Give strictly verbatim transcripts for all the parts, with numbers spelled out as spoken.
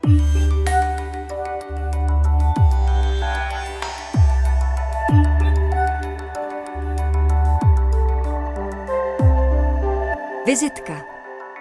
Vizitka.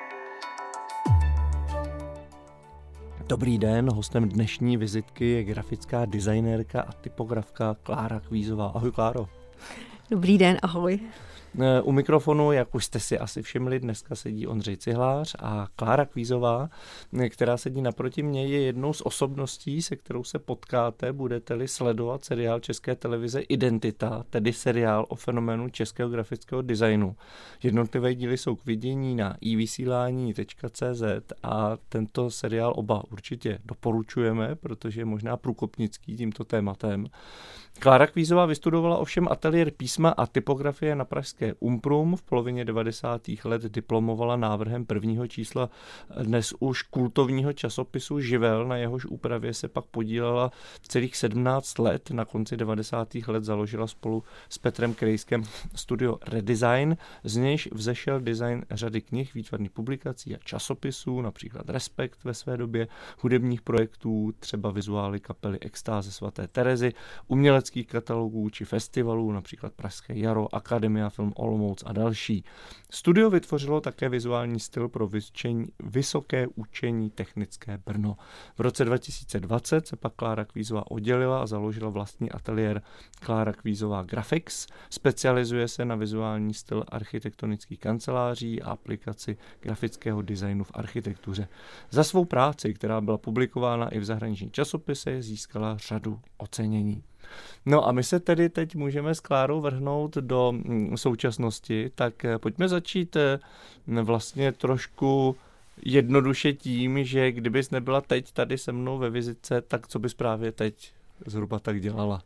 Dobrý den, hostem dnešní vizitky je grafická designérka a typografka Klára Kvízová. Ahoj, Kláro. Dobrý den, ahoj. U mikrofonu, jak už jste si asi všimli, dneska sedí Ondřej Cihlář a Klára Kvízová, která sedí naproti mě, je jednou z osobností, se kterou se potkáte, budete-li sledovat seriál České televize Identita, tedy seriál o fenoménu českého grafického designu. Jednotlivé díly jsou k vidění na i vysílání tečka cé zet a tento seriál oba určitě doporučujeme, protože je možná průkopnický tímto tématem. Klára Kvízová vystudovala ovšem ateliér písma a typografie na pražské Umprum, v polovině devadesátých let diplomovala návrhem prvního čísla dnes už kultovního časopisu Živel, na jehož úpravě se pak podílela celých sedmnáct let. Na konci devadesátých let založila spolu s Petrem Krejskem studio Redesign, z nějž vzešel design řady knih, výtvarných publikací a časopisů, například Respekt ve své době, hudebních projektů, třeba vizuály kapely Extáze svaté Terezy, uměleckých katalogů či festivalů, například Pražské jaro, Akademia Film Olomouc a další. Studio vytvořilo také vizuální styl pro vyčení, vysoké učení technické Brno. V roce dva tisíce dvacet se pak Klára Kvízová oddělila a založila vlastní ateliér Klára Kvízová Graphics. Specializuje se na vizuální styl architektonických kanceláří a aplikaci grafického designu v architektuře. Za svou práci, která byla publikována i v zahraničních časopisech, získala řadu ocenění. No a my se tedy teď můžeme s Klárou vrhnout do současnosti, tak pojďme začít vlastně trošku jednoduše tím, že kdybys nebyla teď tady se mnou ve vizitce, tak co bys právě teď zhruba tak dělala?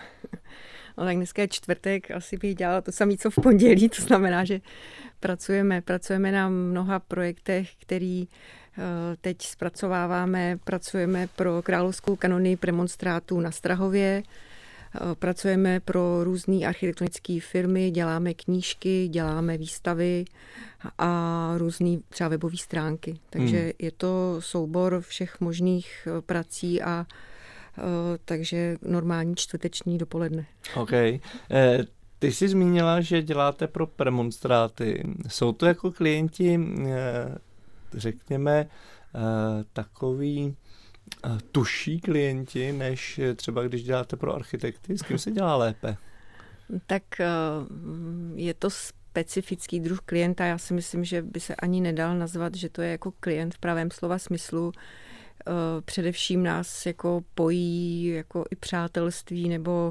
No tak dneska je čtvrtek, asi bych dělala to samé, co v pondělí, to znamená, že pracujeme, pracujeme na mnoha projektech, který teď zpracováváme, pracujeme pro Královskou kanonii premonstrátů na Strahově, pracujeme pro různé architektonické firmy, děláme knížky, děláme výstavy a různé třeba webové stránky. Takže hmm. je to soubor všech možných prací a takže normální čtvrteční dopoledne. OK. Ty jsi zmínila, že děláte pro premonstráty. Jsou to jako klienti, řekněme, takový tuší klienti, než třeba když děláte pro architekty? S kým se dělá lépe? Tak je to specifický druh klienta. Já si myslím, že by se ani nedal nazvat, že to je jako klient v pravém slova smyslu. Především nás jako pojí jako i přátelství nebo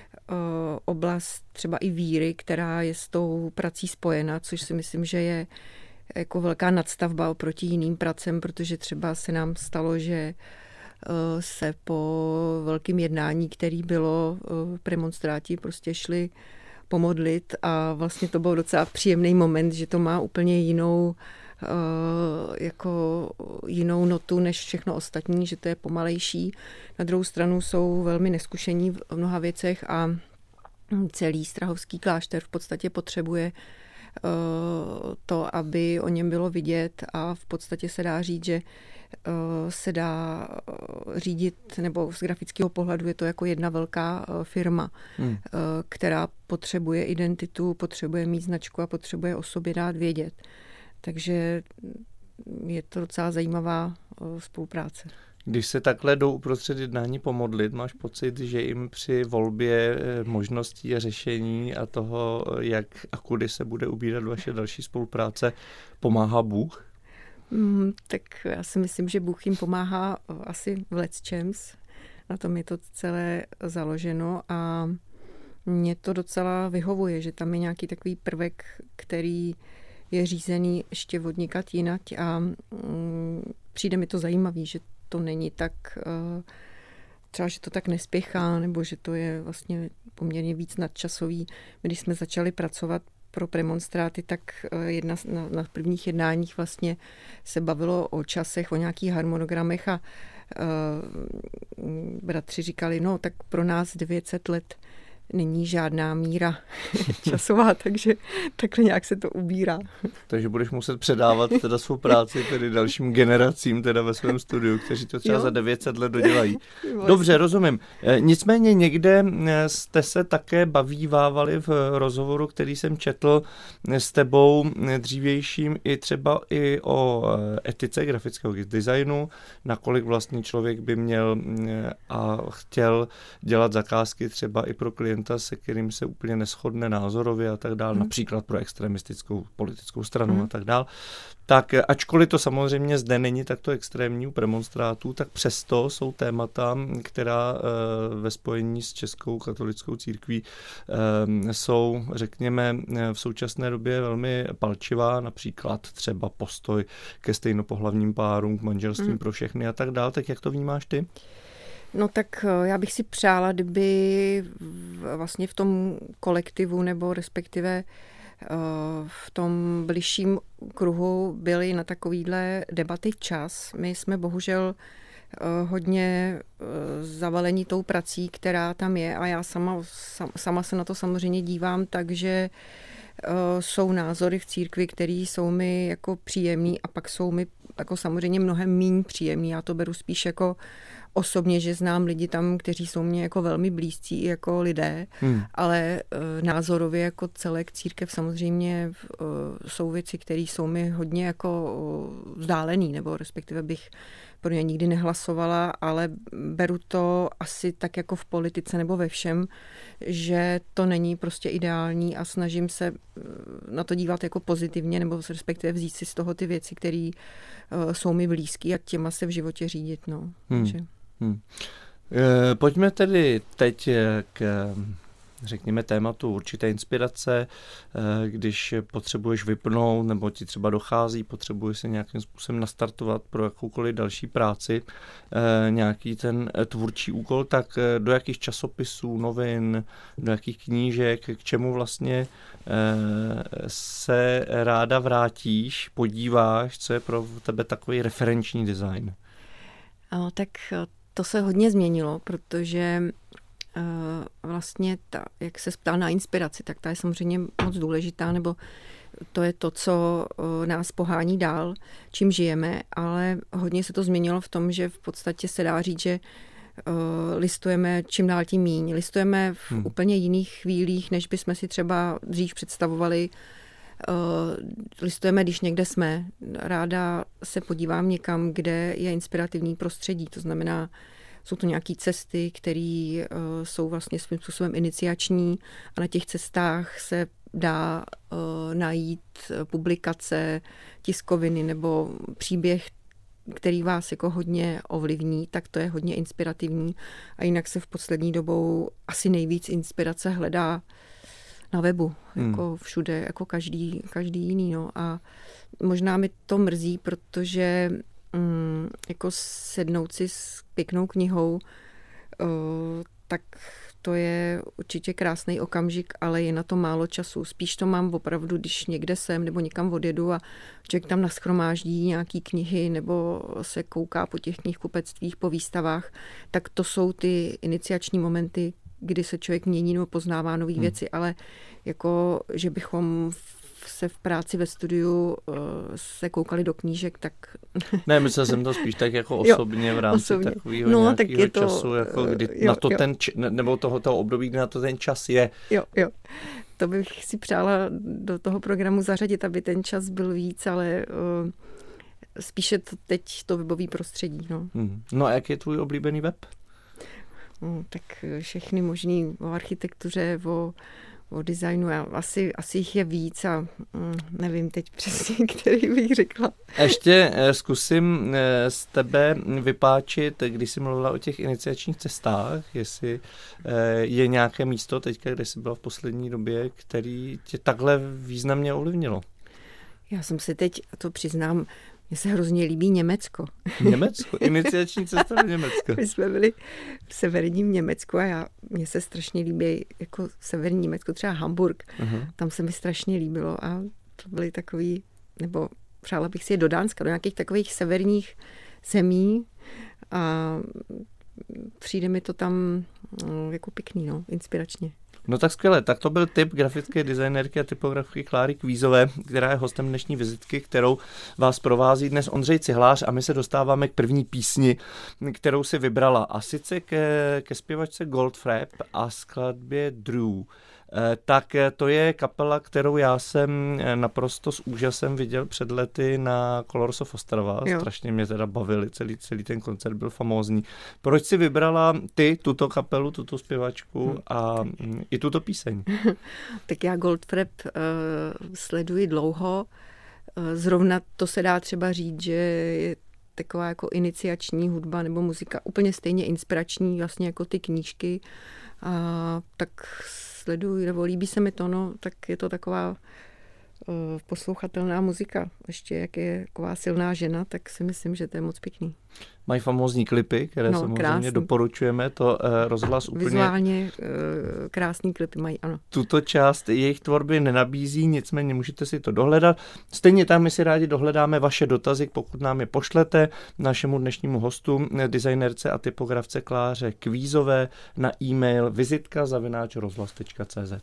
oblast třeba i víry, která je s tou prací spojena, což si myslím, že je jako velká nadstavba oproti jiným pracem, protože třeba se nám stalo, že se po velkém jednání, který bylo premonstráti, prostě šli pomodlit a vlastně to byl docela příjemný moment, že to má úplně jinou jako jinou notu než všechno ostatní, že to je pomalejší. Na druhou stranu jsou velmi neskušení v mnoha věcech a celý strahovský klášter v podstatě potřebuje to, aby o něm bylo vidět a v podstatě se dá říct, že se dá řídit, nebo z grafického pohledu je to jako jedna velká firma, hmm. která potřebuje identitu, potřebuje mít značku a potřebuje o sobě dát vědět. Takže je to docela zajímavá spolupráce. Když se takhle jdou uprostřed jednání pomodlit, máš pocit, že jim při volbě možností a řešení a toho, jak a kudy se bude ubírat vaše další spolupráce, pomáhá Bůh? Mm, tak já si myslím, že Bůh jim pomáhá asi v lecčems. Na tom je to celé založeno a mě to docela vyhovuje, že tam je nějaký takový prvek, který je řízený ještě odnikat jinať a mm, přijde mi to zajímavý, že to není tak, třeba, že to tak nespěchá, nebo že to je vlastně poměrně víc nadčasový. My, když jsme začali pracovat pro premonstráty, tak jedna na, na prvních jednáních vlastně se bavilo o časech, o nějakých harmonogramech a uh, bratři říkali, no tak pro nás devět set let není žádná míra časová, takže takhle nějak se to ubírá. Takže budeš muset předávat teda svou práci tedy dalším generacím teda ve svém studiu, kteří to třeba jo. za devět set let dodělají. Dobře, rozumím. Nicméně někde jste se také bavívávali v rozhovoru, který jsem četl s tebou dřívějším i třeba i o etice grafického designu, nakolik vlastně člověk by měl a chtěl dělat zakázky třeba i pro klienta, se kterým se úplně neshodne názorově a tak dál, hmm. například pro extremistickou politickou stranu hmm. a tak dál. Tak ačkoliv to samozřejmě zde není takto extrémní u premonstrátů, tak přesto jsou témata, která ve spojení s Českou katolickou církví jsou, řekněme, v současné době velmi palčivá, například třeba postoj ke stejnopohlavním párům, k manželstvím hmm. pro všechny a tak dál. Tak jak to vnímáš ty? No tak já bych si přála, kdyby vlastně v tom kolektivu nebo respektive v tom bližším kruhu byly na takovýhle debaty včas. My jsme bohužel hodně zavalení tou prací, která tam je a já sama, sama se na to samozřejmě dívám, takže jsou názory v církvi, které jsou mi jako příjemný a pak jsou mi jako samozřejmě mnohem míň příjemný. Já to beru spíš jako osobně, že znám lidi tam, kteří jsou mě jako velmi blízcí jako lidé, hmm. ale uh, názorově jako celek církev samozřejmě uh, jsou věci, které jsou mi hodně jako uh, vzdálený, nebo respektive bych pro ně nikdy nehlasovala, ale beru to asi tak jako v politice nebo ve všem, že to není prostě ideální a snažím se na to dívat jako pozitivně, nebo respektive vzít si z toho ty věci, které uh, jsou mi blízké a těma se v životě řídit. No. Hmm. Takže. Hmm. E, pojďme tedy teď k, řekněme, tématu určité inspirace, e, když potřebuješ vypnout nebo ti třeba dochází, potřebuješ se nějakým způsobem nastartovat pro jakoukoliv další práci, e, nějaký ten tvůrčí úkol, tak do jakých časopisů, novin, do jakých knížek, k čemu vlastně e, se ráda vrátíš, podíváš, co je pro tebe takový referenční design? No, tak to se hodně změnilo, protože uh, vlastně ta, jak se ptal na inspiraci, tak ta je samozřejmě moc důležitá, nebo to je to, co uh, nás pohání dál, čím žijeme, ale hodně se to změnilo v tom, že v podstatě se dá říct, že uh, listujeme čím dál tím míň. Listujeme v hmm. úplně jiných chvílích, než bychom si třeba dřív představovali. Uh, listujeme, když někde jsme. Ráda se podívám někam, kde je inspirativní prostředí. To znamená, jsou to nějaké cesty, které uh, jsou vlastně svým způsobem iniciační a na těch cestách se dá uh, najít publikace, tiskoviny nebo příběh, který vás jako hodně ovlivní, tak to je hodně inspirativní. A jinak se v poslední dobou asi nejvíc inspirace hledá na webu, hmm. jako všude, jako každý, každý jiný. No. A možná mi to mrzí, protože mm, jako sednout si s pěknou knihou, uh, tak to je určitě krásný okamžik, ale je na to málo času. Spíš to mám opravdu, když někde jsem nebo někam odjedu a člověk tam nashromáždí nějaký knihy nebo se kouká po těch knihkupectvích, po výstavách, tak to jsou ty iniciační momenty, kdy se člověk mění nebo poznává nové hmm. věci, ale jako, že bychom se v práci ve studiu uh, se koukali do knížek, tak... Ne, myslel jsem to spíš tak jako osobně jo, v rámci osobně. takového no, nějakého tak to, času, jako kdy jo, na to jo. ten, nebo toho, toho období, kdy na to ten čas je. Jo, jo. To bych si přála do toho programu zařadit, aby ten čas byl víc, ale uh, spíše to teď to webový prostředí. No. Hmm. No a jak je tvůj oblíbený web? No, tak všechny možný o architektuře, o, o designu, já asi, asi jich je víc a mm, nevím teď přesně, který bych řekla. Ještě zkusím z tebe vypáčit, když jsi mluvila o těch iniciačních cestách, jestli je nějaké místo teďka, kde jsi byla v poslední době, který tě takhle významně ovlivnilo. Já jsem se teď, to přiznám, mně se hrozně líbí Německo. Německo? Iniciační cesta do Německa. My jsme byli v severním Německu a já, mně se strašně líbí jako severní Německo, třeba Hamburg. Uh-huh. Tam se mi strašně líbilo a to byly takový, nebo přála bych si je do Dánska, do nějakých takových severních zemí a přijde mi to tam jako pěkný, no, inspiračně. No tak skvěle, tak to byl tip grafické designérky a typografky Kláry Kvízové, která je hostem dnešní vizitky, kterou vás provází dnes Ondřej Cihlář a my se dostáváme k první písni, kterou si vybrala a sice ke, ke zpěvačce Goldfrapp a skladbě Drew. Tak to je kapela, kterou já jsem naprosto s úžasem viděl před lety na Colors of Ostrava. Jo. Strašně mě teda bavili, celý, celý ten koncert byl famózní. Proč si vybrala ty tuto kapelu, tuto zpěvačku a i tuto píseň? Tak já Goldfrapp uh, sleduji dlouho. Uh, zrovna to se dá třeba říct, že je taková jako iniciační hudba nebo muzika úplně stejně inspirační vlastně jako ty knížky. A tak sleduji, nebo líbí se mi to, no, tak je to taková uh, poslouchatelná muzika. Ještě jak je taková silná žena, tak si myslím, že to je moc pěkný. Mají famózní klipy, které no, samozřejmě krásný. Doporučujeme, to uh, rozhlas úplně... Vizuálně uh, krásný klipy mají, ano. Tuto část jejich tvorby nenabízí, nicméně můžete si to dohledat. Stejně tam my si rádi dohledáme vaše dotazy, pokud nám je pošlete našemu dnešnímu hostu, designérce a typografce Kláře Kvízové na e-mail vizitka zavináč rozhlas tečka cé zet.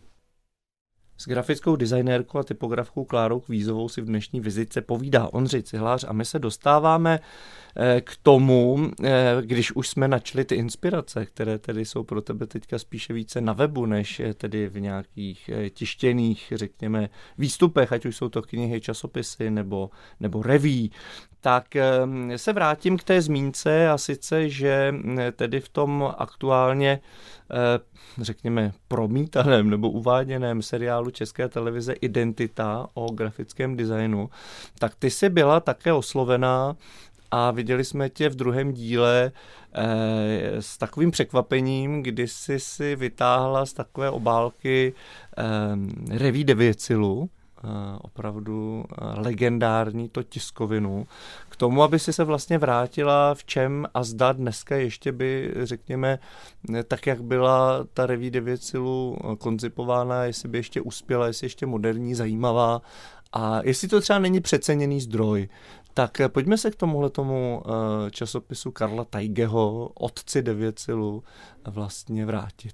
S grafickou designérkou a typografkou Klárou Kvízovou si v dnešní vizitce povídá Ondřej Cihlář a my se dostáváme k tomu, když už jsme načli ty inspirace, které tedy jsou pro tebe teďka spíše více na webu, než tedy v nějakých tištěných, řekněme, výstupech, ať už jsou to knihy, časopisy nebo, nebo reví, tak se vrátím k té zmínce a sice, že tedy v tom aktuálně, řekněme, promítaném nebo uváděném seriálu České televize Identita o grafickém designu, tak ty jsi byla také oslovená a viděli jsme tě v druhém díle eh, s takovým překvapením, kdy jsi si vytáhla z takové obálky eh, reví Devěcilu, eh, opravdu eh, legendární to tiskovinu, k tomu, aby si se vlastně vrátila v čem a zda dneska ještě by, řekněme, tak jak byla ta reví Devěcilu koncipována, jestli by ještě uspěla, jestli ještě moderní, zajímavá a jestli to třeba není přeceněný zdroj. Tak pojďme se k tomuhle tomu časopisu Karla Teigeho, otci Devěcilu, vlastně vrátit.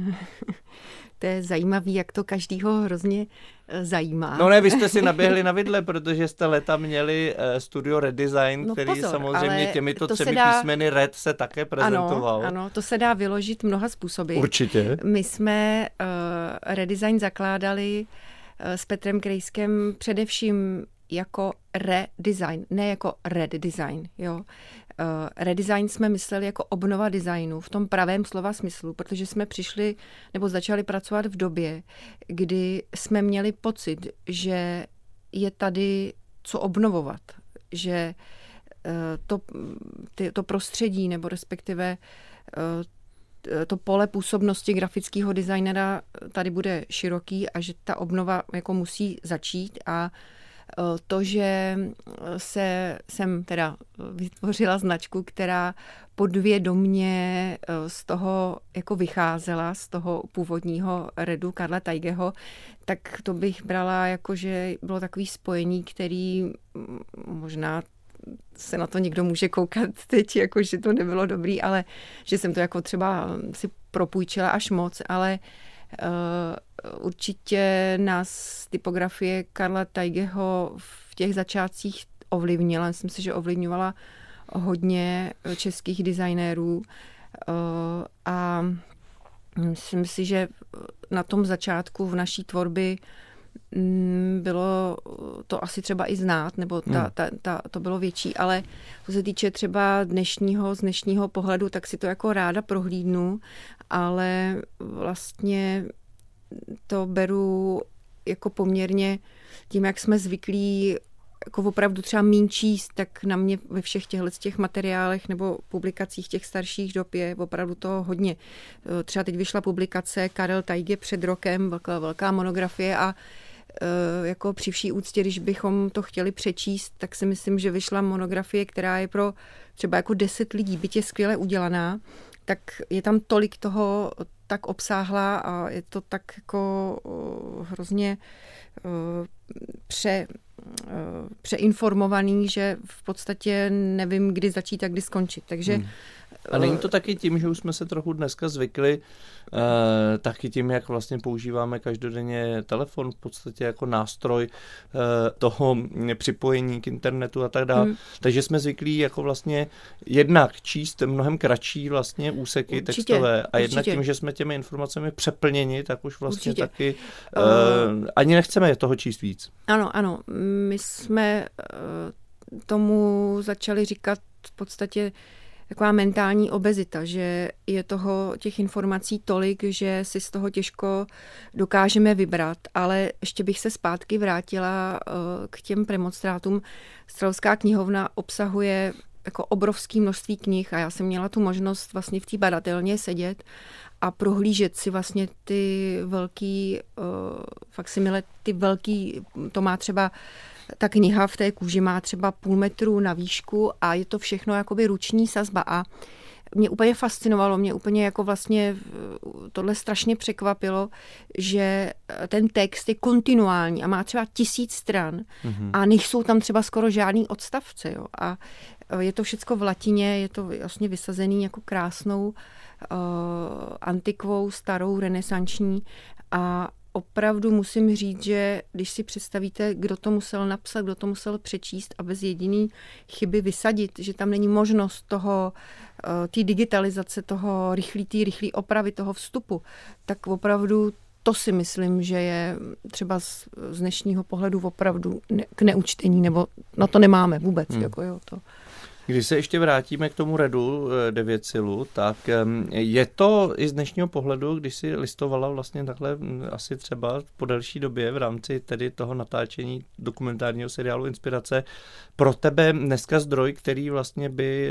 To je zajímavý, jak to každýho hrozně zajímá. No ne, vy jste si naběhli na vidle, protože jste leta měli Studio Redesign, no který pozor, samozřejmě těmito třemi dá... písmeny Red se také prezentoval. Ano, ano, to se dá vyložit mnoha způsoby. Určitě. My jsme uh, Redesign zakládali uh, s Petrem Krejskem především jako redesign, ne jako red design. Jo. Uh, redesign jsme mysleli jako obnova designu v tom pravém slova smyslu, protože jsme přišli nebo začali pracovat v době, kdy jsme měli pocit, že je tady co obnovovat, že uh, to, ty, to prostředí nebo respektive uh, to pole působnosti grafického designera tady bude široký a že ta obnova jako musí začít a to, že se, jsem teda vytvořila značku, která podvědomě z toho jako vycházela, z toho původního redu Karla Teigeho, tak to bych brala jako, že bylo takový spojení, který možná se na to někdo může koukat teď, jako že to nebylo dobrý, ale že jsem to jako třeba si propůjčila až moc, ale Uh, určitě nás typografie Karla Teigeho v těch začátcích ovlivnila. Myslím si, že ovlivňovala hodně českých designérů uh, a myslím si, že na tom začátku v naší tvorbě bylo to asi třeba i znát, nebo ta, ta, ta, to bylo větší, ale co se týče třeba dnešního, z dnešního pohledu, tak si to jako ráda prohlídnu, ale vlastně to beru jako poměrně tím, jak jsme zvyklí jako opravdu třeba míň číst, tak na mě ve všech těchto těch materiálech nebo publikacích těch starších dob je opravdu toho hodně. Třeba teď vyšla publikace Karel Teige před rokem, velká, velká monografie a jako při vší úctě, když bychom to chtěli přečíst, tak si myslím, že vyšla monografie, která je pro třeba jako deset lidí, byť je skvěle udělaná, tak je tam tolik toho tak obsáhlá a je to tak jako hrozně pře, přeinformovaný, že v podstatě nevím, kdy začít a kdy skončit. Takže hmm. A není to taky tím, že už jsme se trochu dneska zvykli, uh, taky tím, jak vlastně používáme každodenně telefon v podstatě jako nástroj uh, toho připojení k internetu a tak dále. Hmm. Takže jsme zvyklí jako vlastně jednak číst mnohem kratší vlastně úseky určitě, textové a jednak určitě. Tím, že jsme těmi informacemi přeplněni, tak už vlastně určitě. Taky uh, uh, ani nechceme toho číst víc. Ano, ano. My jsme uh, tomu začali říkat v podstatě taková mentální obezita, že je toho těch informací tolik, že si z toho těžko dokážeme vybrat, ale ještě bych se zpátky vrátila k těm premonstrátům. Strahovská knihovna obsahuje jako obrovské množství knih a já jsem měla tu možnost vlastně v té badatelně sedět a prohlížet si vlastně ty velký, faksimile, ty velký, to má třeba ta kniha v té kůži má třeba půl metru na výšku a je to všechno jakoby ruční sazba a mě úplně fascinovalo, mě úplně jako vlastně tohle strašně překvapilo, že ten text je kontinuální a má třeba tisíc stran mm-hmm. a nejsou tam třeba skoro žádný odstavce. Jo. A je to všecko v latině, je to vlastně vysazený jako krásnou uh, antikvou, starou, renesanční a opravdu musím říct, že když si představíte, kdo to musel napsat, kdo to musel přečíst a bez jediný chyby vysadit, že tam není možnost toho, té digitalizace, toho rychlý, té rychlé opravy toho vstupu, tak opravdu to si myslím, že je třeba z, z dnešního pohledu opravdu ne, k neučtení, nebo na to nemáme vůbec. Hmm. Jako jo, to. Když se ještě vrátíme k tomu redu devět silu, tak je to i z dnešního pohledu, když si listovala vlastně takhle asi třeba po delší době v rámci tedy toho natáčení dokumentárního seriálu Inspirace, pro tebe dneska zdroj, který vlastně by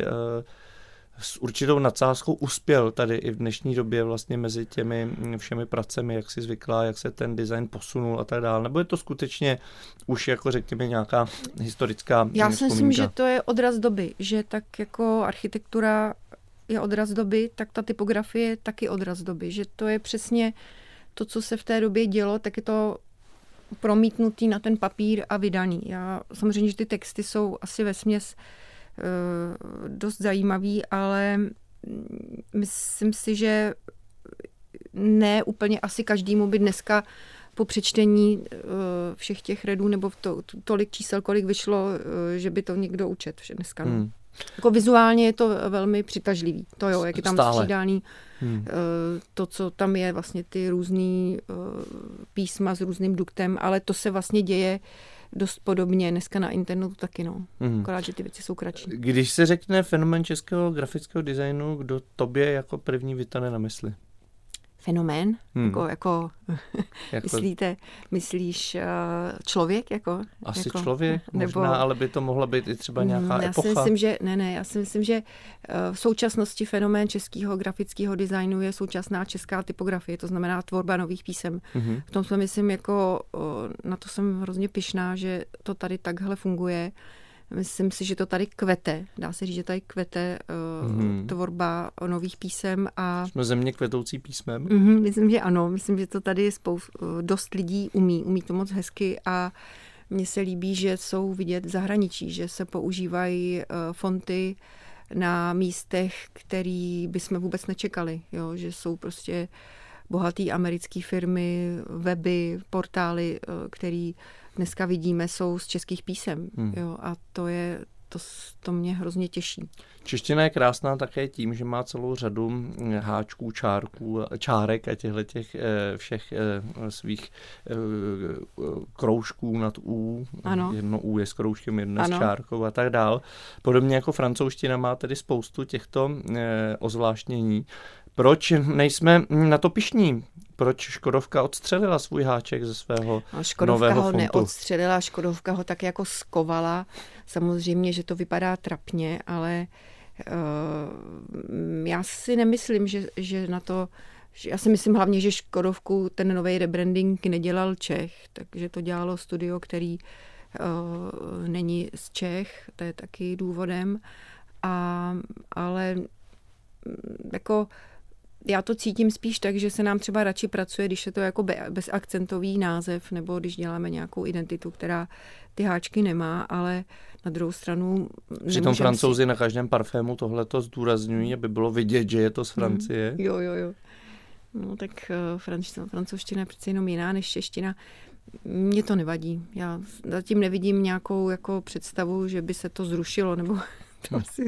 s určitou nadsázkou uspěl tady i v dnešní době vlastně mezi těmi všemi pracemi, jak si zvykla, jak se ten design posunul a tak dále, nebo je to skutečně už jako řekněme nějaká historická Já si myslím, že to je odraz doby, že tak jako architektura je odraz doby, tak ta typografie je taky odraz doby, že to je přesně to, co se v té době dělo, tak je to promítnutý na ten papír a vydaný. Já samozřejmě, že ty texty jsou asi vesměs dost zajímavý, ale myslím si, že ne úplně asi každému by dneska po přečtení všech těch redů nebo to, tolik čísel, kolik vyšlo, že by to někdo učet vše dneska. Hmm. Jako vizuálně je to velmi přitažlivý. To jo, jak je tam střídaný hmm. to, co tam je, vlastně ty různý písma s různým duktem, ale to se vlastně děje dost podobně dneska na internetu taky, no. Mm. Akorát, že ty věci jsou kratší. Když se řekne fenomén českého grafického designu, kdo tobě jako první vytane na mysli? Fenomén? Hmm. Jako, jako, jako myslíte, myslíš uh, člověk? Jako, Asi jako, člověk, možná, nebo, ale by to mohla být i třeba nějaká já epocha. Si myslím, že, ne, ne, já si myslím, že uh, v současnosti fenomén českého grafického designu je současná česká typografie, to znamená tvorba nových písem. Mm-hmm. V tom jsem myslím, jako, uh, na to jsem hrozně pyšná, že to tady takhle funguje. Myslím si, že to tady kvete. Dá se říct, že tady kvete uh, hmm. tvorba nových písem. A jsme země kvetoucí písmem? Uh, myslím, že ano. Myslím, že to tady spoustu, uh, dost lidí umí. Umí to moc hezky a mně se líbí, že jsou vidět v zahraničí, že se používají uh, fonty na místech, který bychom vůbec nečekali. Jo? Že jsou prostě bohatý americké firmy, weby, portály, uh, který dneska vidíme, jsou z českých písem. Hmm. Jo, a to je, to, to mě hrozně těší. Čeština je krásná také tím, že má celou řadu háčků, čárků, čárek a těchto těch všech svých kroužků nad U. Ano. Jedno U je s kroužkem, jedno ano. s čárkou a tak dál. Podobně jako francouzština má tedy spoustu těchto ozvláštnění. Proč nejsme na to pyšní? Proč Škodovka odstřelila svůj háček ze svého no, Škodovka nového ho fontu? Neodstřelila, Škodovka ho tak jako skovala. Samozřejmě, že to vypadá trapně, ale uh, já si nemyslím, že, že na to... Já si myslím hlavně, že Škodovku ten nový rebranding nedělal Čech, takže to dělalo studio, který uh, není z Čech, to je taky důvodem. A, ale jako... já to cítím spíš tak, že se nám třeba radši pracuje, když je to jako bezakcentový název, nebo když děláme nějakou identitu, která ty háčky nemá, ale na druhou stranu... Přitom Francouzi si... na každém parfému tohleto zdůrazňují, aby bylo vidět, že je to z Francie. Mm, jo, jo, jo. No tak uh, francouzština je přece jenom jiná než čeština. Mně to nevadí. Já zatím nevidím nějakou jako představu, že by se to zrušilo, nebo to asi...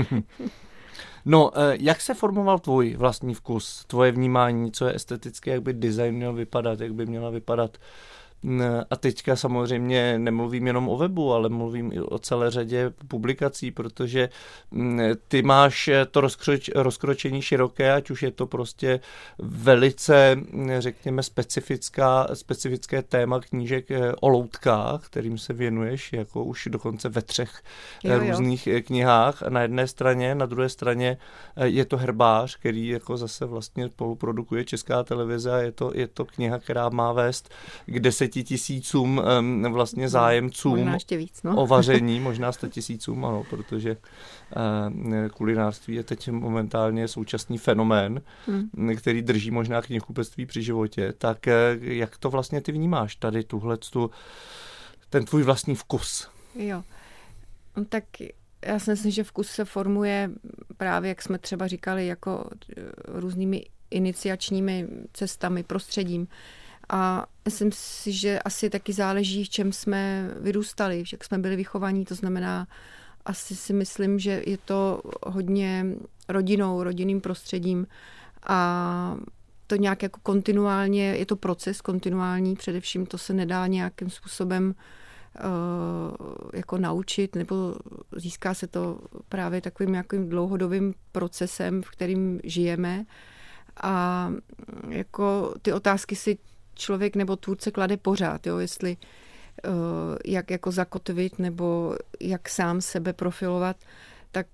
No, jak se formoval tvůj vlastní vkus, tvoje vnímání, co je estetické, jak by design měl vypadat, jak by měla vypadat? A teďka samozřejmě nemluvím jenom o webu, ale mluvím i o celé řadě publikací, protože ty máš to rozkroč, rozkročení široké, ať už je to prostě velice, řekněme, specifická, specifické téma knížek o loutkách, kterým se věnuješ, jako už dokonce ve třech jo, různých jo. knihách. Na jedné straně, na druhé straně je to herbář, který jako zase vlastně spoluprodukuje Česká televize a je to, je to kniha, která má vést k deseti tisícům um, vlastně zájemcům víc, no. o vaření, možná sta tisícům, ano, protože uh, kulinářství je teď momentálně současný fenomén, hmm. který drží možná knihkupectví při životě. Tak uh, jak to vlastně ty vnímáš tady tuhletu, ten tvůj vlastní vkus? Jo, tak já si myslím, že vkus se formuje právě, jak jsme třeba říkali, jako různými iniciačními cestami, prostředím. A myslím si, že asi taky záleží, v čem jsme vyrůstali, jak jsme byli vychovaní, to znamená, asi si myslím, že je to hodně rodinou, rodinným prostředím a to nějak jako kontinuálně, je to proces kontinuální, především to se nedá nějakým způsobem uh, jako naučit, nebo získá se to právě takovým nějakým dlouhodobým procesem, v kterým žijeme a jako ty otázky si člověk nebo tvůrce klade pořád, jo, jestli uh, jak jako zakotvit nebo jak sám sebe profilovat, tak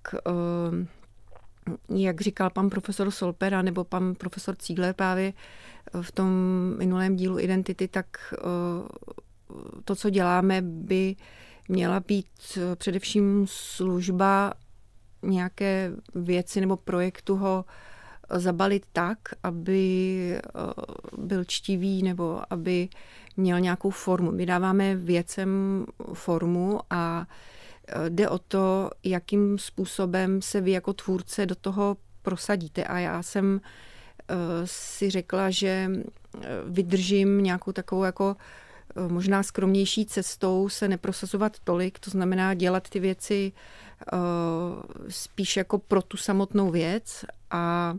uh, jak říkal pan profesor Solpera nebo pan profesor Ziegler právě v tom minulém dílu Identity, tak uh, to, co děláme, by měla být především služba nějaké věci nebo projektu ho zabalit tak, aby byl čtivý nebo aby měl nějakou formu. My dáváme věcem formu a jde o to, jakým způsobem se vy jako tvůrce do toho prosadíte. A já jsem si řekla, že vydržím nějakou takovou jako možná skromnější cestou se neprosazovat tolik, to znamená dělat ty věci spíš jako pro tu samotnou věc a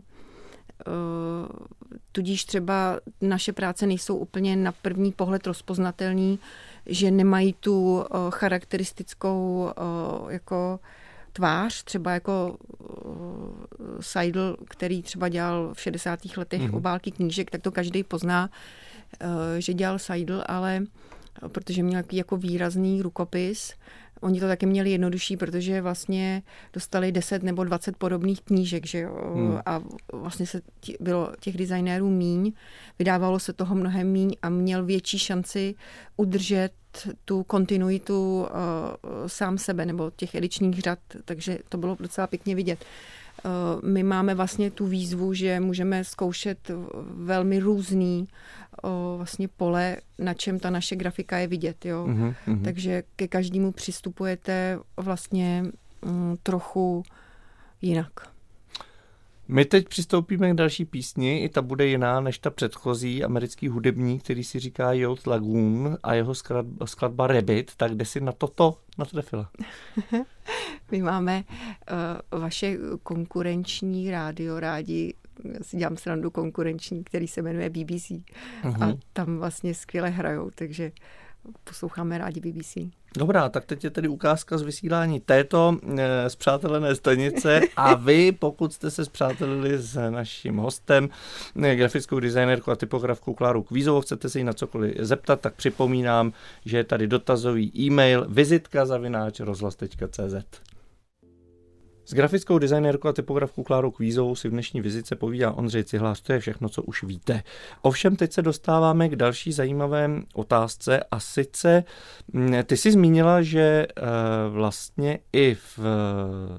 tudíž třeba naše práce nejsou úplně na první pohled rozpoznatelný, že nemají tu charakteristickou jako tvář, třeba jako Seidel, který třeba dělal v šedesátých letech mm-hmm. obálky knížek, tak to každý pozná, že dělal Seidel, ale protože měl jako výrazný rukopis. Oni to taky měli jednodušší, protože vlastně dostali deset nebo dvacet podobných knížek, že jo? Hmm. A vlastně se tí, bylo těch designérů míň, vydávalo se toho mnohem míň a měl větší šanci udržet tu kontinuitu uh, sám sebe nebo těch edičních řad, takže to bylo docela pěkně vidět. Uh, my máme vlastně tu výzvu, že můžeme zkoušet velmi různý uh, vlastně pole, na čem ta naše grafika je vidět. Jo? Mm-hmm. Takže ke každému přistupujete vlastně um, trochu jinak. My teď přistoupíme k další písni, i ta bude jiná než ta předchozí, americký hudebník, který si říká Youth Lagoon a jeho skladba Rabbit, tak kde si na toto natrefila? My máme uh, vaše konkurenční rádio rádi, já si dělám srandu konkurenční, který se jmenuje B B C uh-huh. a tam vlastně skvěle hrajou, takže posloucháme rádi B B C. Dobrá, tak teď je tedy ukázka z vysílání této e, spřátelené stanice a vy, pokud jste se spřátelili s naším hostem, e, grafickou designérkou a typografkou Klárou Kvízovou, chcete se jí na cokoliv zeptat, tak připomínám, že je tady dotazový e-mail vizitka zavináč rozhlas tečka cé zet. S grafickou designérkou a typografkou Klárou Kvízovou si v dnešní vizitce povídá Ondřej Cihlář, to je všechno, co už víte. Ovšem teď se dostáváme k další zajímavé otázce a sice ty jsi zmínila, že vlastně i v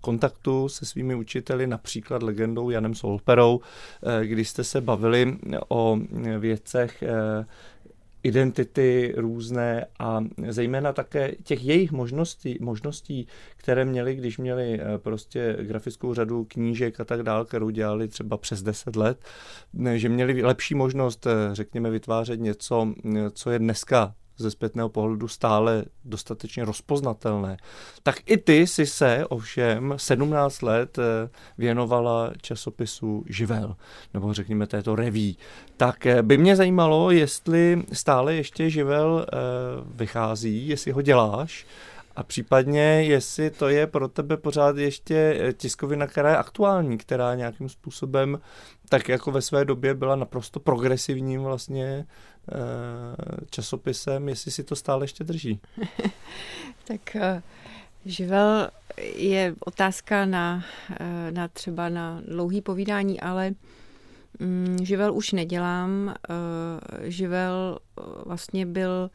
kontaktu se svými učiteli, například legendou Janem Solperou, když jste se bavili o věcech identity různé a zejména také těch jejich možností, možností, které měli, když měli prostě grafickou řadu knížek a tak dál, kterou dělali třeba přes deset let, že měli lepší možnost, řekněme, vytvářet něco, co je dneska ze zpětného pohledu stále dostatečně rozpoznatelné. Tak i ty si se ovšem sedmnáct let věnovala časopisu Živel, nebo řekněme této reví. Tak by mě zajímalo, jestli stále ještě Živel vychází, jestli ho děláš, a případně, jestli to je pro tebe pořád ještě tiskovina, která je aktuální, která nějakým způsobem, tak jako ve své době byla naprosto progresivním vlastně časopisem, jestli si to stále ještě drží. Tak Živel je otázka na, na třeba na dlouhý povídání, ale Živel už nedělám. Živel vlastně byl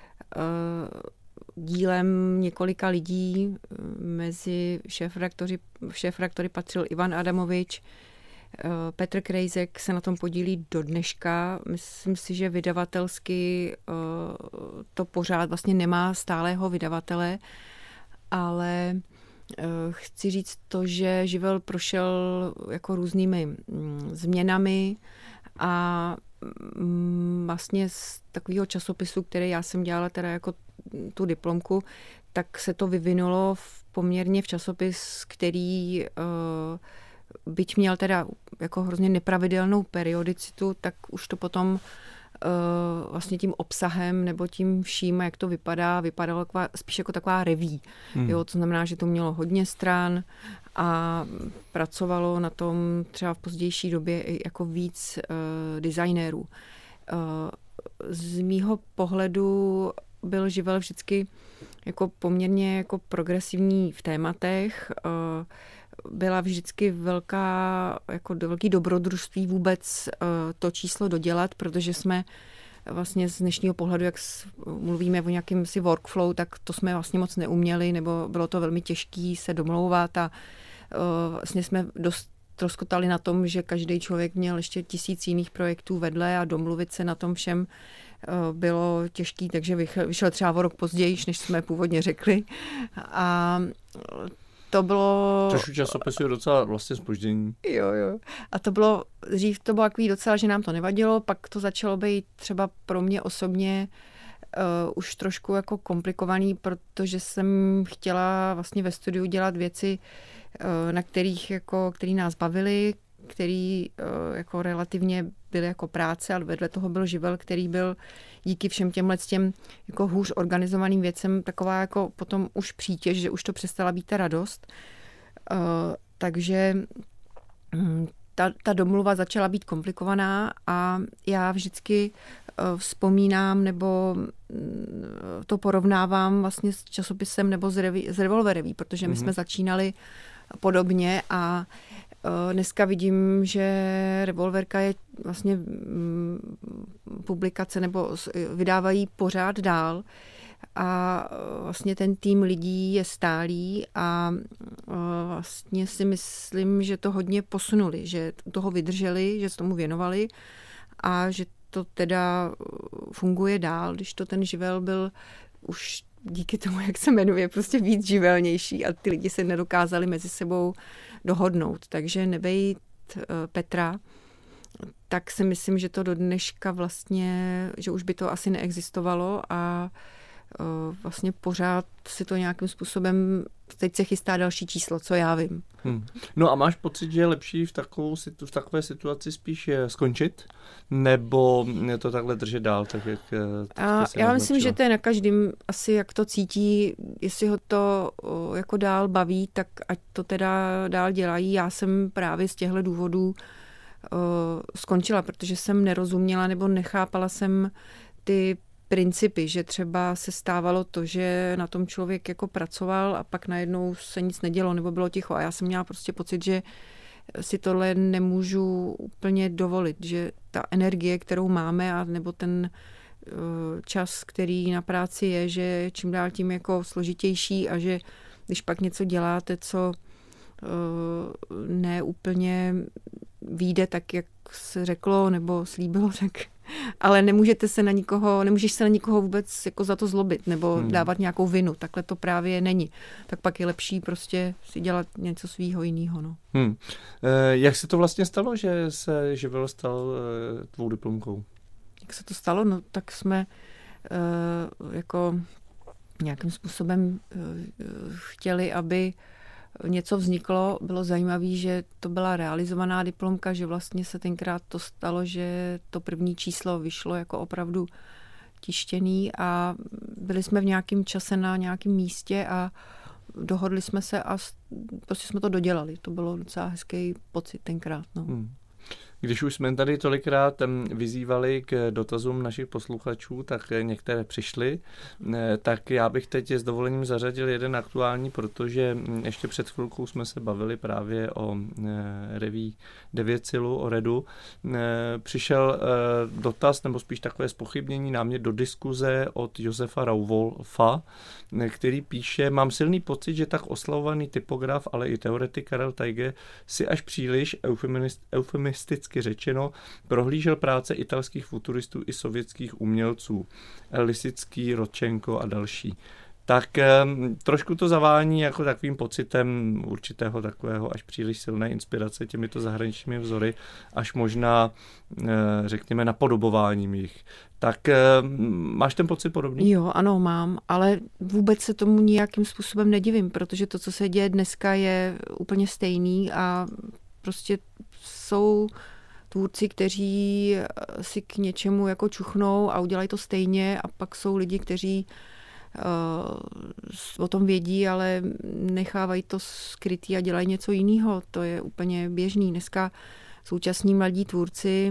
dílem několika lidí, mezi šéfredaktory, šéfredaktory patřil Ivan Adamovič, Petr Krejzek se na tom podílí do dneška. Myslím si, že vydavatelsky to pořád vlastně nemá stálého vydavatele, ale chci říct to, že Živel prošel jako různými změnami a vlastně z takového časopisu, který já jsem dělala teda jako tu diplomku, tak se to vyvinulo v poměrně v časopis, který byť měl teda jako hrozně nepravidelnou periodicitu, tak už to potom uh, vlastně tím obsahem nebo tím vším, jak to vypadá, vypadalo taková, spíš jako taková reví. Hmm. Jo, to znamená, že to mělo hodně stran a pracovalo na tom třeba v pozdější době i jako víc uh, designérů. Uh, z mýho pohledu byl Živel vždycky jako poměrně jako progresivní v tématech. Uh, byla vždycky velká, jako velký dobrodružství vůbec to číslo dodělat, protože jsme vlastně z dnešního pohledu, jak mluvíme o nějakém si workflow, tak to jsme vlastně moc neuměli, nebo bylo to velmi těžké se domlouvat a vlastně jsme dost troskotali na tom, že každý člověk měl ještě tisíc jiných projektů vedle a domluvit se na tom všem bylo těžký, takže vyšel třeba o rok později, než jsme původně řekli. A to bylo... Což u časopisu je docela vlastně zpoždění. Jo, jo. A to bylo, dřív to bylo takový docela, že nám to nevadilo, pak to začalo být třeba pro mě osobně uh, už trošku jako komplikovaný, protože jsem chtěla vlastně ve studiu dělat věci, uh, na kterých jako, který nás bavily, který uh, jako relativně byly jako práce, ale vedle toho byl Živel, který byl díky všem těmhle těm jako hůř organizovaným věcem taková jako potom už přítěž, že už to přestala být ta radost. Uh, takže ta, ta domluva začala být komplikovaná a já vždycky uh, vzpomínám nebo uh, to porovnávám vlastně s časopisem nebo s, reví, s Revolvereví, protože my mm-hmm. jsme začínali podobně a dneska vidím, že Revolverka je vlastně publikace nebo vydávají pořád dál a vlastně ten tým lidí je stálý a vlastně si myslím, že to hodně posunuli, že toho vydrželi, že se tomu věnovali a že to teda funguje dál, když to ten Živel byl už díky tomu, jak se jmenuje, prostě víc živelnější a ty lidi se nedokázali mezi sebou dohodnout. Takže nebejt uh, Petra, tak si myslím, že to do dneška vlastně, že už by to asi neexistovalo a uh, vlastně pořád si to nějakým způsobem, teď se chystá další číslo, co já vím. Hmm. No a máš pocit, že je lepší v, takovou, v takové situaci spíš skončit, nebo to takhle držet dál? Tak jak, tak a já myslím, že to je na každém asi, jak to cítí, jestli ho to o, jako dál baví, tak ať to teda dál dělají. Já jsem právě z těchto důvodů o, skončila, protože jsem nerozuměla nebo nechápala jsem ty principy, že třeba se stávalo to, že na tom člověk jako pracoval a pak najednou se nic nedělo nebo bylo ticho a já jsem měla prostě pocit, že si tohle nemůžu úplně dovolit, že ta energie, kterou máme a nebo ten čas, který na práci je, že čím dál tím jako složitější a že když pak něco děláte, co ne úplně vyjde tak, jak se řeklo nebo slíbilo, tak, ale nemůžete se na nikoho, nemůžeš se na nikoho vůbec jako za to zlobit nebo hmm. dávat nějakou vinu. Takhle to právě není. Tak pak je lepší prostě si dělat něco svýho jiného. No. Hmm. E, jak se to vlastně stalo, že se živel stal e, tvou diplomkou? Jak se to stalo? No tak jsme e, jako nějakým způsobem e, chtěli, aby něco vzniklo. Bylo zajímavé, že to byla realizovaná diplomka, že vlastně se tenkrát to stalo, že to první číslo vyšlo jako opravdu tištěný a byli jsme v nějakém čase na nějakém místě a dohodli jsme se a prostě jsme to dodělali. To bylo docela hezký pocit tenkrát. No. Hmm. Když už jsme tady tolikrát vyzývali k dotazům našich posluchačů, tak některé přišly, tak já bych teď s dovolením zařadil jeden aktuální, protože ještě před chvilkou jsme se bavili právě o reví Devětsilu, o Redu. Přišel dotaz, nebo spíš takové zpochybnění námět do diskuze od Josefa Rauwolfa, který píše: mám silný pocit, že tak oslavovaný typograf, ale i teoretik Karel Teige si až příliš eufemisticky řečeno prohlížel práce italských futuristů i sovětských umělců, Lisický, Rodčenko a další. Tak trošku to zavání jako takovým pocitem určitého takového až příliš silné inspirace těmito zahraničními vzory, až možná, řekněme, napodobováním jich. Tak máš ten pocit podobný? Jo, ano, mám, ale vůbec se tomu nějakým způsobem nedivím, protože to, co se děje dneska, je úplně stejný a prostě jsou tvůrci, kteří si k něčemu jako čuchnou a udělají to stejně a pak jsou lidi, kteří uh, o tom vědí, ale nechávají to skrytý a dělají něco jiného. To je úplně běžný. Dneska současní mladí tvůrci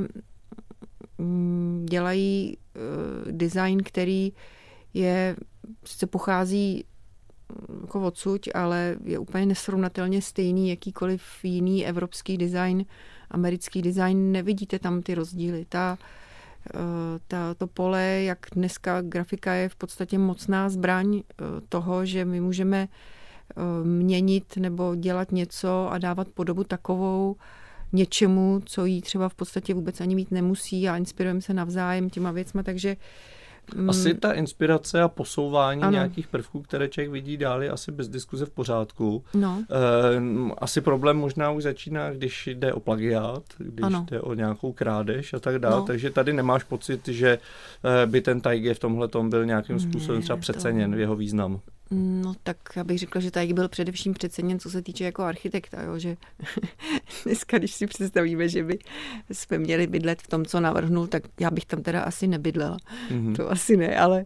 um, dělají uh, design, který je, sice pochází jako odsud, ale je úplně nesrovnatelně stejný jakýkoliv jiný evropský design, americký design, nevidíte tam ty rozdíly. Ta, ta, to pole, jak dneska grafika je v podstatě mocná zbraň toho, že my můžeme měnit nebo dělat něco a dávat podobu takovou něčemu, co jí třeba v podstatě vůbec ani mít nemusí a inspirujeme se navzájem těma věcma, takže asi ta inspirace a posouvání ano. nějakých prvků, které člověk vidí dál, je asi bez diskuze v pořádku. No. E, asi problém možná už začíná, když jde o plagiát, když ano. jde o nějakou krádež a tak dále. No. Takže tady nemáš pocit, že by ten Teige v tomhletom byl nějakým způsobem ne, třeba přeceněn to... v jeho význam. No tak já bych řekla, že Teige byl především přeceněn, co se týče jako architekta, jo, že dneska, když si představíme, že by jsme měli bydlet v tom, co navrhnul, tak já bych tam teda asi nebydlela. Mm-hmm. To asi ne, ale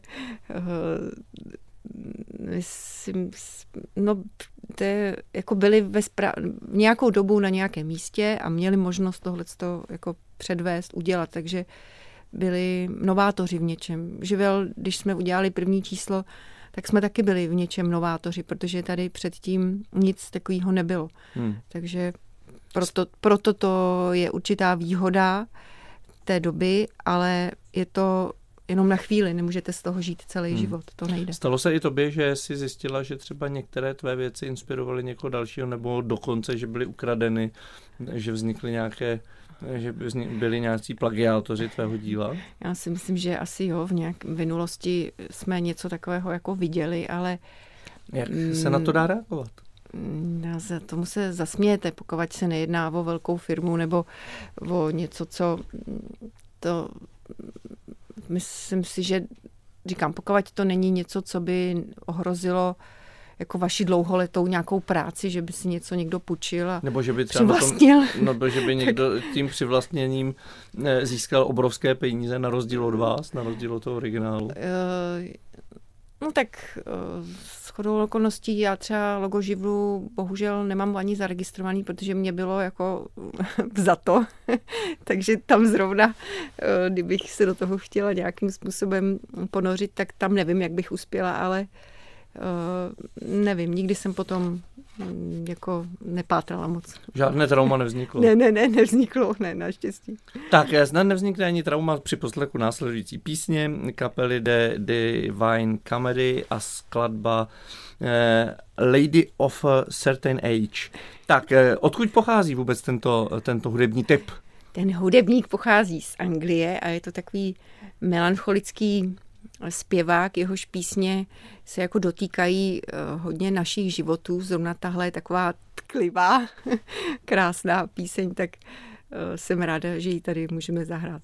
uh, myslím, no to je, jako byli ve spra- nějakou dobu na nějakém místě a měli možnost tohleto jako předvést, udělat, takže byli novátoři v něčem. Živel, když jsme udělali první číslo, tak jsme taky byli v něčem novátoři, protože tady předtím nic takového nebylo. Hmm. Takže proto, proto to je určitá výhoda té doby, ale je to jenom na chvíli, nemůžete z toho žít celý hmm. život, to nejde. Stalo se i tobě, že jsi zjistila, že třeba některé tvé věci inspirovaly někoho dalšího, nebo dokonce, že byly ukradeny, že vznikly nějaké, že byli nějací plagiátoři tvého díla? Já si myslím, že asi jo, v nějaké minulosti jsme něco takového jako viděli, ale... Jak se na to dá reagovat? Za tomu se zasmějete, pokud se nejedná o velkou firmu nebo o něco, co to... Myslím si, že říkám, pokud to není něco, co by ohrozilo jako vaši dlouholetou nějakou práci, že by si něco někdo půjčil a nebo že by třeba tom, nebo že by někdo tím přivlastněním získal obrovské peníze na rozdíl od vás, na rozdíl od toho originálu. Uh, no tak uh, shodou okolností já třeba logo živlu bohužel nemám ani zaregistrovaný, protože mě bylo jako za to. Takže tam zrovna, uh, kdybych se do toho chtěla nějakým způsobem ponořit, tak tam nevím, jak bych uspěla, ale Uh, nevím, nikdy jsem potom jako nepátrala moc. Žádné trauma nevzniklo? Ne, ne, ne, nevzniklo, ne, naštěstí. Tak, snad nevznikne ani trauma při poslechu následující písně kapely The Divine Comedy a skladba eh, Lady of a Certain Age. Tak, eh, odkud pochází vůbec tento, tento hudební typ? Ten hudebník pochází z Anglie a je to takový melancholický zpěvák, jehož písně se jako dotýkají hodně našich životů. Zrovna tahle je taková tklivá, krásná píseň, tak jsem ráda, že ji tady můžeme zahrát.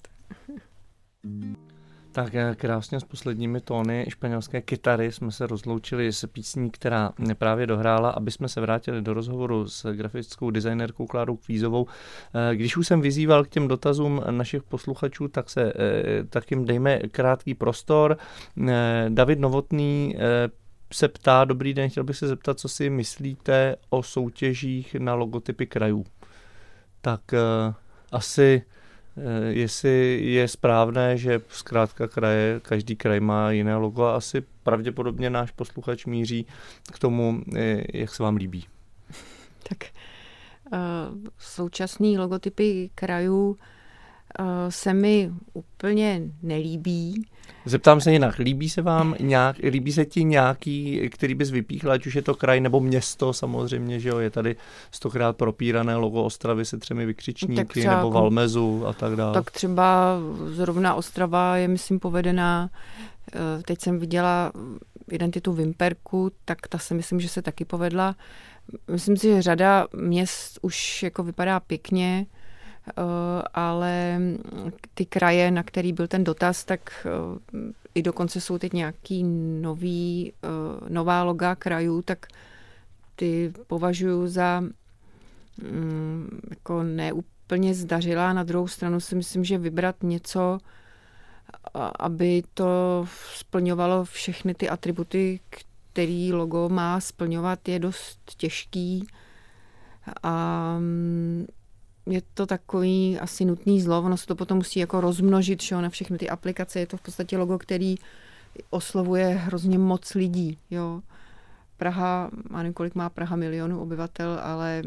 Tak krásně s posledními tóny španělské kytary jsme se rozloučili s písní, která právě dohrála, aby jsme se vrátili do rozhovoru s grafickou designérkou Klárou Kvízovou. Když už jsem vyzýval k těm dotazům našich posluchačů, tak se tak jim dejme krátký prostor. David Novotný se ptá, dobrý den, chtěl bych se zeptat, co si myslíte o soutěžích na logotypy krajů. Tak asi jestli je správné, že zkrátka kraje, každý kraj má jiné logo a asi pravděpodobně náš posluchač míří k tomu, jak se vám líbí. Tak uh, současný logotypy krajů uh, se mi úplně nelíbí. Zeptám se jinak, líbí se vám nějak, líbí se ti nějaký, který bys vypíchla, ať už je to kraj nebo město samozřejmě, že jo, je tady stokrát propírané logo Ostravy se třemi vykřičníky třeba, nebo Valmezu a tak dále. Tak třeba zrovna Ostrava je, myslím, povedená. Teď jsem viděla identitu Vimperku, tak ta si myslím, že se taky povedla. Myslím si, že řada měst už jako vypadá pěkně, ale ty kraje, na který byl ten dotaz, tak i dokonce jsou teď nějaký nový, nová loga krajů, tak ty považuji za jako neúplně zdařilá. Na druhou stranu si myslím, že vybrat něco, aby to splňovalo všechny ty atributy, který logo má splňovat, je dost těžký. A je to takový asi nutný zlo, ono se to potom musí jako rozmnožit, že jo, na všechny ty aplikace. Je to v podstatě logo, který oslovuje hrozně moc lidí, jo. Praha, má nevím, kolik má Praha milionů obyvatel, ale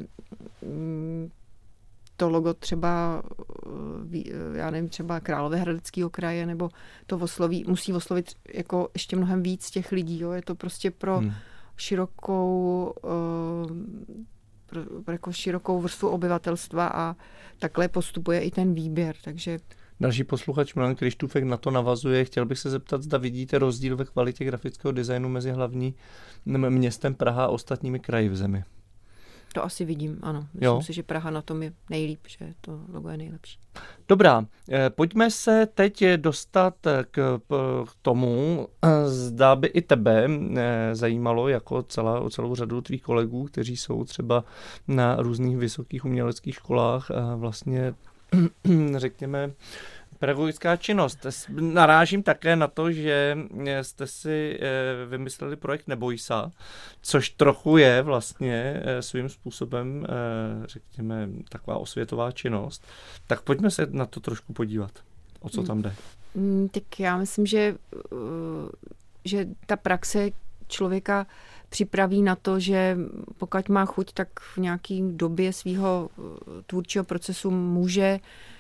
to logo třeba, já nevím, třeba Královéhradeckého kraje, nebo to osloví, musí oslovit jako ještě mnohem víc těch lidí, jo. Je to prostě pro hmm. širokou pro, pro jako širokou vrstvu obyvatelstva a takhle postupuje i ten výběr, takže... Další posluchač Milan Krištůfek na to navazuje. Chtěl bych se zeptat, zda vidíte rozdíl ve kvalitě grafického designu mezi hlavním městem Praha a ostatními kraji v zemi. To asi vidím, ano. Myslím jo. si, že Praha na tom je nejlíp, že to logo je nejlepší. Dobrá, pojďme se teď dostat k tomu, zda by i tebe zajímalo, jako celá, celou řadu tvých kolegů, kteří jsou třeba na různých vysokých uměleckých školách, vlastně řekněme, pedagogická činnost. Narážím také na to, že jste si vymysleli projekt Neboj sa, což trochu je vlastně svým způsobem, řekněme, taková osvětová činnost. Tak pojďme se na to trošku podívat. O co tam jde? Tak já myslím, že, že ta praxe člověka připraví na to, že pokud má chuť, tak v nějaké době svého tvůrčího procesu může,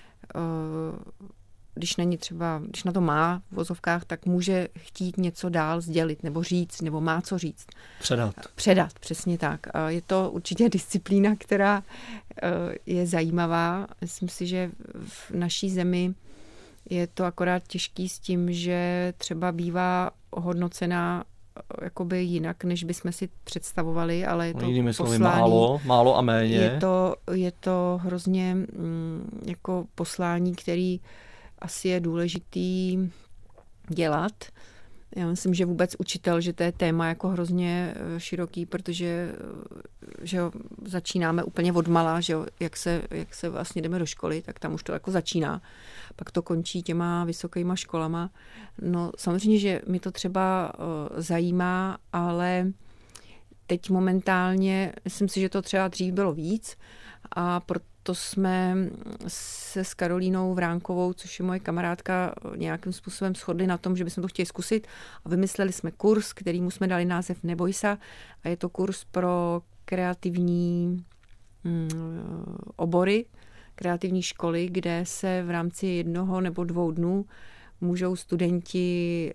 když není třeba, když na to má v vozovkách, tak může chtít něco dál sdělit, nebo říct, nebo má co říct. Předat. Předat, přesně tak. Je to určitě disciplína, která je zajímavá. Myslím si, že v naší zemi je to akorát těžký s tím, že třeba bývá hodnocená jakoby jinak, než bychom si představovali, ale je to jinými slovy poslání. Málo, málo a méně. Je to, je to hrozně mm, jako poslání, který asi je důležitý dělat. Já myslím, že vůbec učitel, že to je téma jako hrozně široký, protože že jo, začínáme úplně odmala, že jo, jak se, jak se vlastně jdeme do školy, tak tam už to jako začíná. Pak to končí těma vysokýma školama. No samozřejmě, že mi to třeba uh, zajímá, ale teď momentálně, myslím si, že to třeba dřív bylo víc a proto jsme se s Karolínou Vránkovou, což je moje kamarádka, nějakým způsobem shodli na tom, že bychom to chtěli zkusit a vymysleli jsme kurz, kterýmu jsme dali název Neboj sa a je to kurz pro kreativní mm, obory, kreativní školy, kde se v rámci jednoho nebo dvou dnů můžou studenti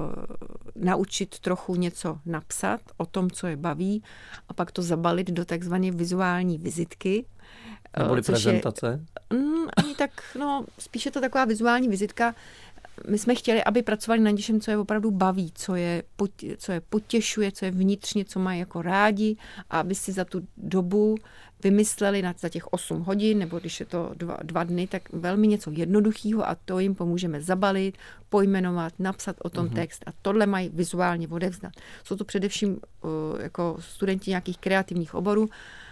uh, naučit trochu něco napsat o tom, co je baví, a pak to zabalit do takzvané vizuální vizitky. Neboli prezentace? Je, mm, ani tak, no, spíše to taková vizuální vizitka. My jsme chtěli, aby pracovali na něčem, co je opravdu baví, co je, co je potěšuje, co je vnitřně, co mají jako rádi, a aby si za tu dobu vymysleli na, za těch osm hodin, nebo když je to dva, dva dny, tak velmi něco jednoduchého, a to jim pomůžeme zabalit, pojmenovat, napsat o tom mm-hmm. text, a tohle mají vizuálně odevzdat. Jsou to především uh, jako studenti nějakých kreativních oborů,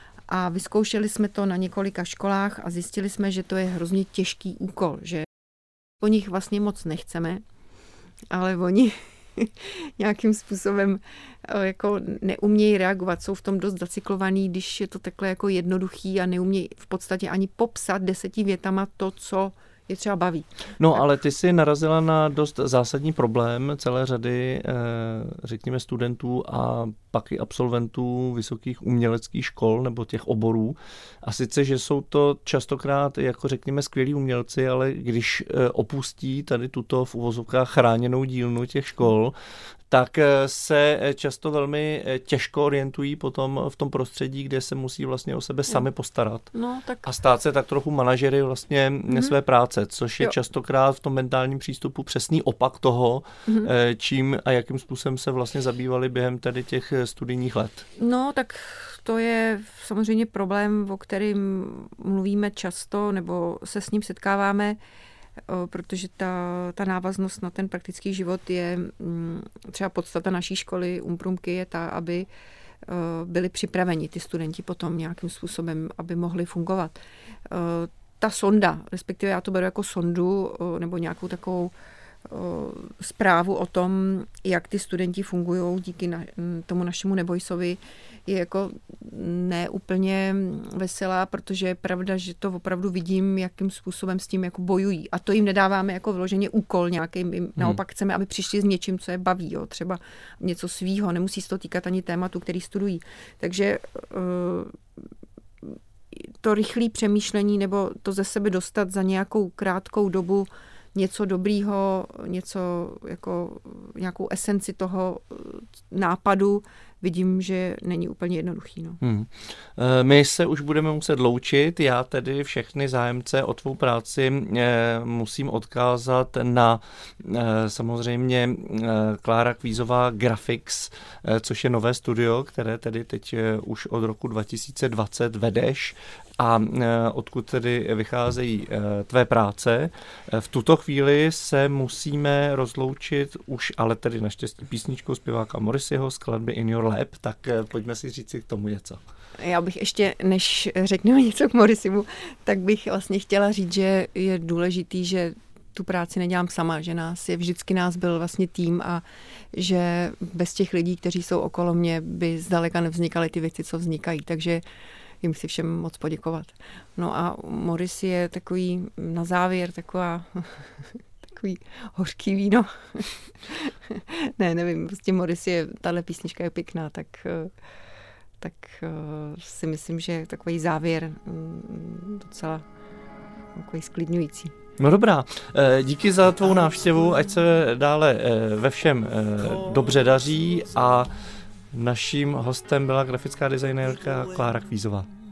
a vyzkoušeli jsme to na několika školách a zjistili jsme, že to je hrozně těžký úkol, že po nich vlastně moc nechceme, ale oni nějakým způsobem jako neumějí reagovat, jsou v tom dost zacyklovaný, když je to takhle jako jednoduchý, a neumějí v podstatě ani popsat deseti větama to, co je třeba baví. No, tak. Ale ty jsi narazila na dost zásadní problém celé řady, řekněme, studentů a pak i absolventů vysokých uměleckých škol nebo těch oborů. A sice, že jsou to častokrát, jako řekněme, skvělí umělci, ale když opustí tady tuto v uvozovkách chráněnou dílnu těch škol, tak se často velmi těžko orientují potom v tom prostředí, kde se musí vlastně o sebe sami postarat. No, tak... A stát se tak trochu manažery vlastně mm-hmm. své práce, což je jo. častokrát v tom mentálním přístupu přesný opak toho, mm-hmm. čím a jakým způsobem se vlastně zabývali během tady těch studijních let. No, tak to je samozřejmě problém, o kterém mluvíme často, nebo se s ním setkáváme, protože ta, ta návaznost na ten praktický život je třeba podstata naší školy Umprumky je ta, aby byli připraveni ty studenti potom nějakým způsobem, aby mohli fungovat. Ta sonda, respektive já to beru jako sondu nebo nějakou takovou zprávu o tom, jak ty studenti fungují díky na, tomu našemu Nebojsovi, je jako neúplně veselá, protože je pravda, že to opravdu vidím, jakým způsobem s tím jako bojují. A to jim nedáváme jako vyloženě úkol nějaký. Hmm. Naopak chceme, aby přišli s něčím, co je baví. Jo. Třeba něco svýho. Nemusí se to týkat ani tématu, který studují. Takže to rychlé přemýšlení nebo to ze sebe dostat za nějakou krátkou dobu něco dobrýho, něco jako nějakou esenci toho nápadu, vidím, že není úplně jednoduchý. No. Hmm. My se už budeme muset loučit, já tedy všechny zájemce o tvou práci musím odkázat na samozřejmě Klára Kvízová Graphics, což je nové studio, které tedy teď už od roku dva tisíce dvacet vedeš a odkud tedy vycházejí tvé práce. V tuto chvíli se musíme rozloučit už, ale tedy naštěstí písničkou zpěváka Morrisseyho, skladby In Your Lap, tak pojďme si říct si k tomu něco. Já bych ještě, než řekneme něco k Morrisseymu, tak bych vlastně chtěla říct, že je důležitý, že tu práci nedělám sama, že nás je, vždycky nás byl vlastně tým a že bez těch lidí, kteří jsou okolo mě, by zdaleka nevznikaly ty věci, co vznikají, takže jim chci všem moc poděkovat. No a Morrissey je takový na závěr taková takový hořký víno. ne, nevím, prostě Morrissey je, tahle písnička je pěkná, tak, tak si myslím, že je takový závěr docela takový sklidňující. No dobrá, díky za tvou návštěvu, ať se dále ve všem dobře daří a naším hostem byla grafická designérka Klára Kvízová.